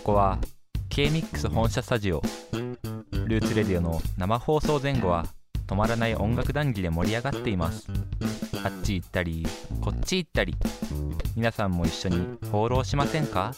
こは K-MIX 本社スタジオ。ルーツレディオの生放送前後は止まらない音楽談義で盛り上がっています。あっち行ったりこっち行ったり、皆さんも一緒にフォローしませんか？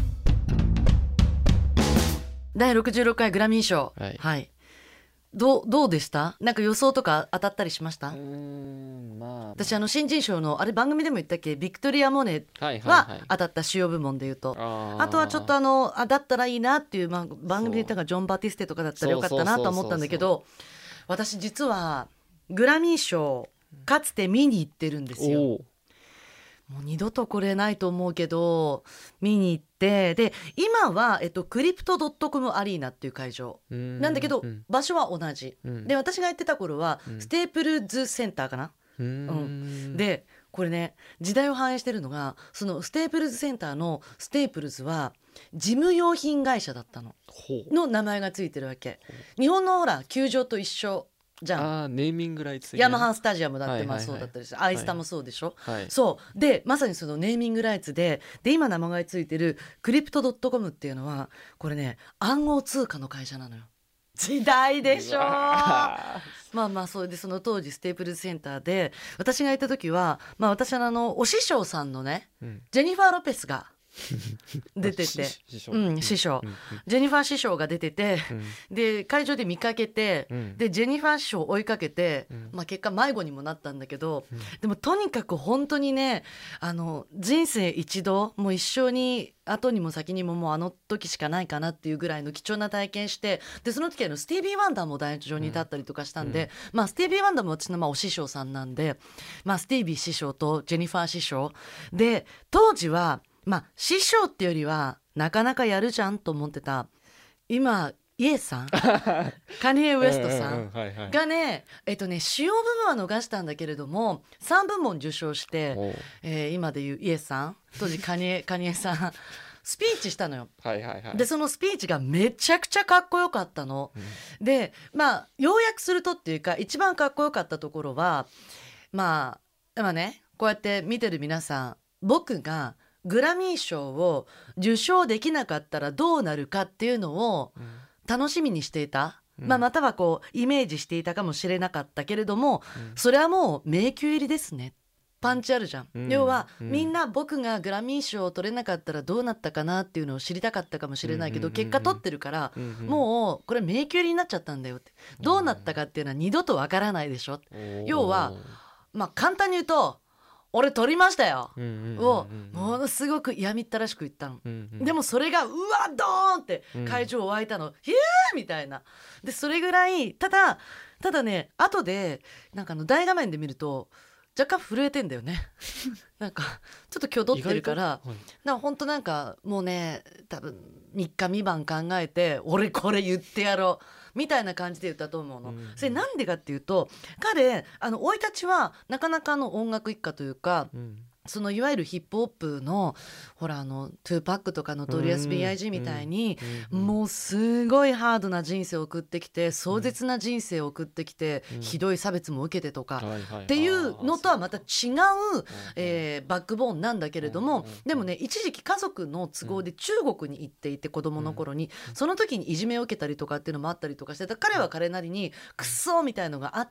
第66回グラミー賞、 はいはい、どうでした？なんか予想とか当たったりしました？私新人賞のあれ番組でも言ったっけ、ビクトリア・モネは当たった主要部門で言うと、あとはちょっとだったらいいなっていう、番組で言ったからジョン・バティステとかだったらよかったなと思ったんだけど、私実はグラミー賞かつて見に行ってるんですよ。もう二度と来れないと思うけど見に行って、で今は、クリプト .com アリーナっていう会場なんだけど、場所は同じ、で私が行ってた頃は、ステープルズセンターかな、でこれね時代を反映してるのが、そのステープルズセンターのステープルズは事務用品会社だったの名前がついてるわけ。日本のほら球場と一緒じゃん。 ネーミングライツヤマハスタジアムだってそうだったりして、アイスタもそうでしょ、そうでまさにそのネーミングライツで今名前がついてるクリプト .com っていうのはこれね暗号通貨の会社なのよ。時代でしょそれでその当時ステープルズセンターで私がいた時は、私はお師匠さんのね、ジェニファー・ロペスが出てて師匠、ジェニファー師匠が出てて、で会場で見かけて、でジェニファー師匠を追いかけて、結果迷子にもなったんだけど、でもとにかく本当にね人生一度もう一生に後にも先にももうあの時しかないかなっていうぐらいの貴重な体験して、でその時スティービー・ワンダーも台上に立ったりとかしたんで、スティービー・ワンダーも私のお師匠さんなんで、スティービー師匠とジェニファー師匠で、当時は師匠っていうよりはなかなかやるじゃんと思ってた今イエスさんカニエ・ウエストさんがね主要部門は逃したんだけれども3部門受賞して、今でいうイエスさん当時カニエさんスピーチしたのよ、でそのスピーチがめちゃくちゃかっこよかったの、で要約するとっていうか一番かっこよかったところは今ねこうやって見てる皆さん、僕がグラミー賞を受賞できなかったらどうなるかっていうのを楽しみにしていた、またはこうイメージしていたかもしれなかったけれども、それはもう迷宮入りですね。パンチあるじゃん、要は、みんな僕がグラミー賞を取れなかったらどうなったかなっていうのを知りたかったかもしれないけど、結果取ってるから、もうこれ迷宮入りになっちゃったんだよって、どうなったかっていうのは二度とわからないでしょ、要は簡単に言うと俺取りましたよ、をものすごく嫌みったらしく言ったの、でもそれがうわドーンって会場を沸いたの、ヒューみたいな。でそれぐらいただね後で大画面で見ると若干震えてんだよねちょっと挙動ってるから本当もうね多分3日3晩考えて俺これ言ってやろうみたいな感じで言ったと思うの、それなんでかっていうと彼生い立ちはなかなか音楽一家というか、そのいわゆるヒップホップのほらトゥーパックとかノトリアス B.I.G みたいに、もうすごいハードな人生を送ってきて壮絶な人生を送ってきて、ひどい差別も受けてとか、っていうのとはまた違う、バックボーンなんだけれども、でもね一時期家族の都合で中国に行っていて、子供の頃に、その時にいじめを受けたりとかっていうのもあったりとかして、彼は彼なりにクソみたいのがあって、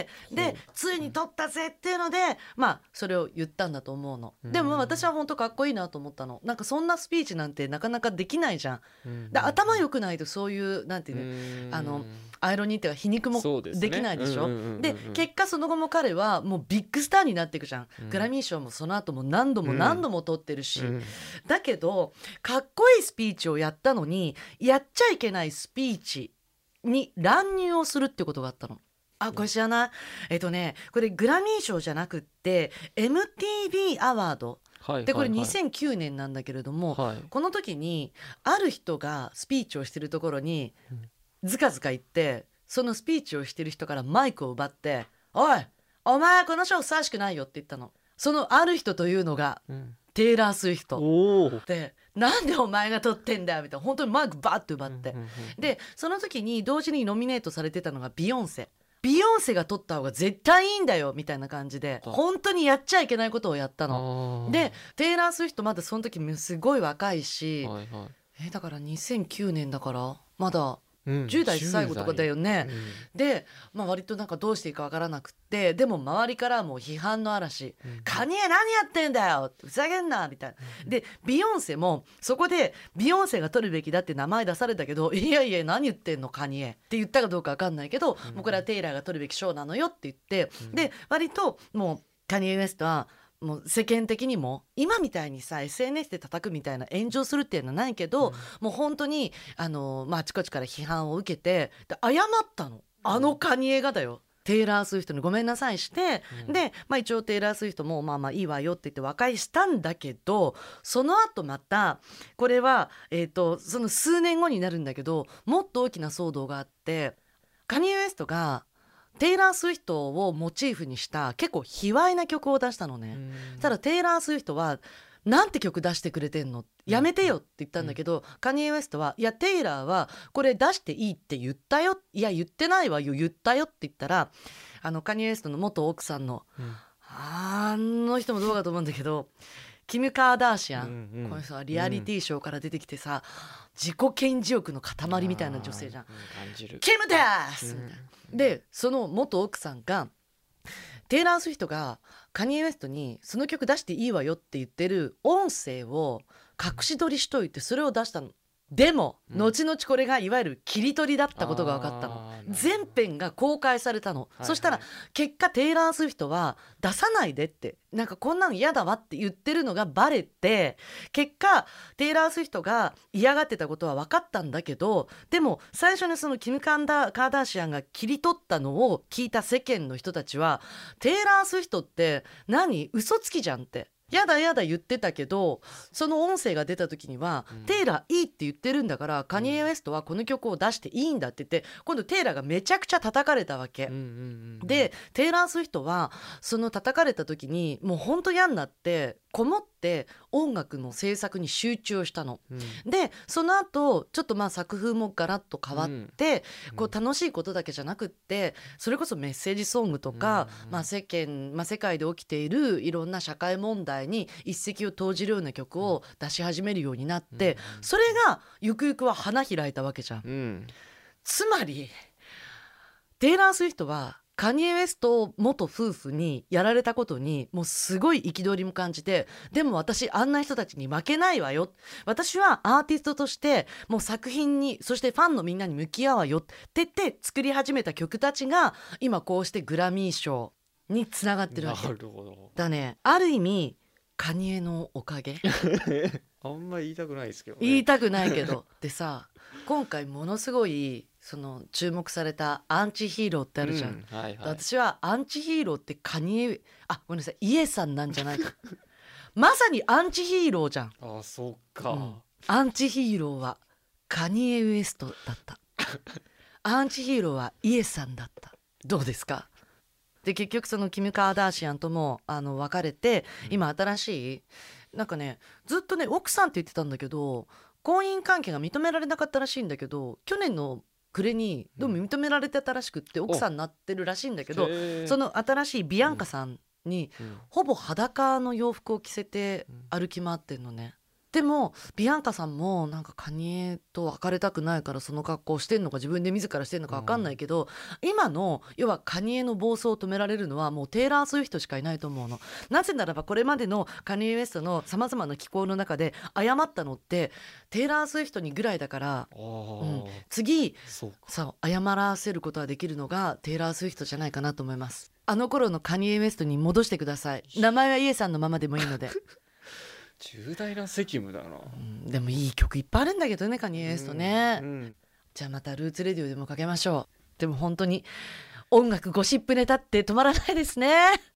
でついに取ったぜっていうのでそれを言ったんだと思うの。でも私は本当かっこいいなと思ったの。そんなスピーチなんてなかなかできないじゃん、で頭良くないとそういうなんていうのアイロニーっていうか皮肉もできないでしょ。で結果その後も彼はもうビッグスターになっていくじゃん、グラミー賞もその後も何度も取ってるし、だけどかっこいいスピーチをやったのにやっちゃいけないスピーチに乱入をするってことがあったの。これ知らない？これグラミー賞じゃなくって MTV アワードで、これ2009年なんだけれども、この時にある人がスピーチをしてるところにずかずか言って、そのスピーチをしてる人からマイクを奪って、おいお前この賞ふさわしくないよって言ったの。そのある人というのが、テイラー・スウィフトで、なんでお前が取ってんだよみたいな、本当にマイクバーッと奪って、でその時に同時にノミネートされてたのがビヨンセが取った方が絶対いいんだよみたいな感じで、本当にやっちゃいけないことをやったので、テイラー・スウィフトまだその時すごい若いし、 だから2009年だからまだ10代最後とかだよね、で、割となんかどうしていいかわからなくって、でも周りからも批判の嵐、カニエ何やってんだよふざけんなみたいな、でビヨンセもそこでビヨンセが取るべきだって名前出されたけど、いやいや何言ってんのカニエって言ったかどうかわかんないけど、もうこれはテイラーが取るべき賞なのよって言って、で割ともうカニエ・ウエストはもう世間的にも今みたいにさ SNS で叩くみたいな炎上するっていうのはないけど、もう本当にあちこちから批判を受けて、で謝ったの、カニエがだよ。テイラー・スウィフトにごめんなさいして、で、一応テイラー・スウィフトもいいわよって言って和解したんだけど、その後またこれは、その数年後になるんだけど、もっと大きな騒動があって、カニエ・ウエストがテイラー・スウィフトをモチーフにした結構卑猥な曲を出したのね。ただテイラー・スウィフトはなんて曲出してくれてんの、やめてよって言ったんだけど、カニエ・ウエストはいやテイラーはこれ出していいって言ったよ、いや言ってないわよ言ったよって言ったら、カニエ・ウエストの元奥さんの、あの人もどうかと思うんだけど、キム・カーダーシアン、この人はリアリティショーから出てきてさ、自己顕示欲の塊みたいな女性じゃん、キムですみたいな。でその元奥さんがテイラー・スウィフトがカニエ・ウエストにその曲出していいわよって言ってる音声を隠し撮りしといてそれを出したの。でも、後々これがいわゆる切り取りだったことが分かったの。全編が公開されたの、そしたら結果テイラー・スウィフトは出さないでって、なんかこんなの嫌だわって言ってるのがバレて、結果テイラー・スウィフトが嫌がってたことは分かったんだけど、でも最初にそのキム・カーダーシアンが切り取ったのを聞いた世間の人たちは、テイラー・スウィフトって何嘘つきじゃんって、やだやだ言ってたけど、その音声が出た時には、テイラーいいって言ってるんだから、カニエ・ウエストはこの曲を出していいんだって言って、今度テイラーがめちゃくちゃ叩かれたわけ、でテイラー・スウィフトはその叩かれた時にもうほんと嫌になってこもって音楽の制作に集中をしたの、でその後ちょっと作風もガラッと変わって、こう楽しいことだけじゃなくって、それこそメッセージソングとか、世界で起きているいろんな社会問題に一石を投じるような曲を出し始めるようになって、それがゆくゆくは花開いたわけじゃん、つまりテイラー・スウィフトはカニエ・ウエスト元夫婦にやられたことにもうすごい憤りも感じて、でも私あんな人たちに負けないわよ、私はアーティストとしてもう作品に、そしてファンのみんなに向き合うわよって言って作り始めた曲たちが今こうしてグラミー賞につながってるわけ。 なるほど。 だね、ある意味カニエのおかげあんま言いたくないですけどね。 言いたくないけどでさ、今回ものすごいその注目されたアンチヒーローってあるじゃん、私はアンチヒーローってカニエ、ごめんなさい、イエさんなんじゃないかまさにアンチヒーローじゃん。 そっか、 アンチヒーローはカニエ・ウエストだったアンチヒーローはイエさんだった。どうですか。で結局そのキム・カーダーシアンとも別れて、今新しいなんかね、ずっとね奥さんって言ってたんだけど、婚姻関係が認められなかったらしいんだけど、去年の暮れにどうも認められてたらしくって、奥さんになってるらしいんだけど、その新しいビアンカさんに、ほぼ裸の洋服を着せて歩き回ってんのね。でもビアンカさんもなんかカニエと別れたくないからその格好をしてんのか自分で自らしてんのか分かんないけど、今の要はカニエの暴走を止められるのはもうテイラー・スウィフトしかいないと思うの。なぜならばこれまでのカニエ・ウエストのさまざまな寄稿の中で謝ったのってテイラー・スウィフトにぐらいだから、次そう謝らせることができるのがテイラー・スウィフトじゃないかなと思います。あの頃のカニエ・ウエストに戻してください。名前はイエさんのままでもいいので重大な責務だな、 でもいい曲いっぱいあるんだけどね、カニエ・ウエストね、じゃあまたルーツレディオでもかけましょう。でも本当に音楽ゴシップネタって止まらないですね。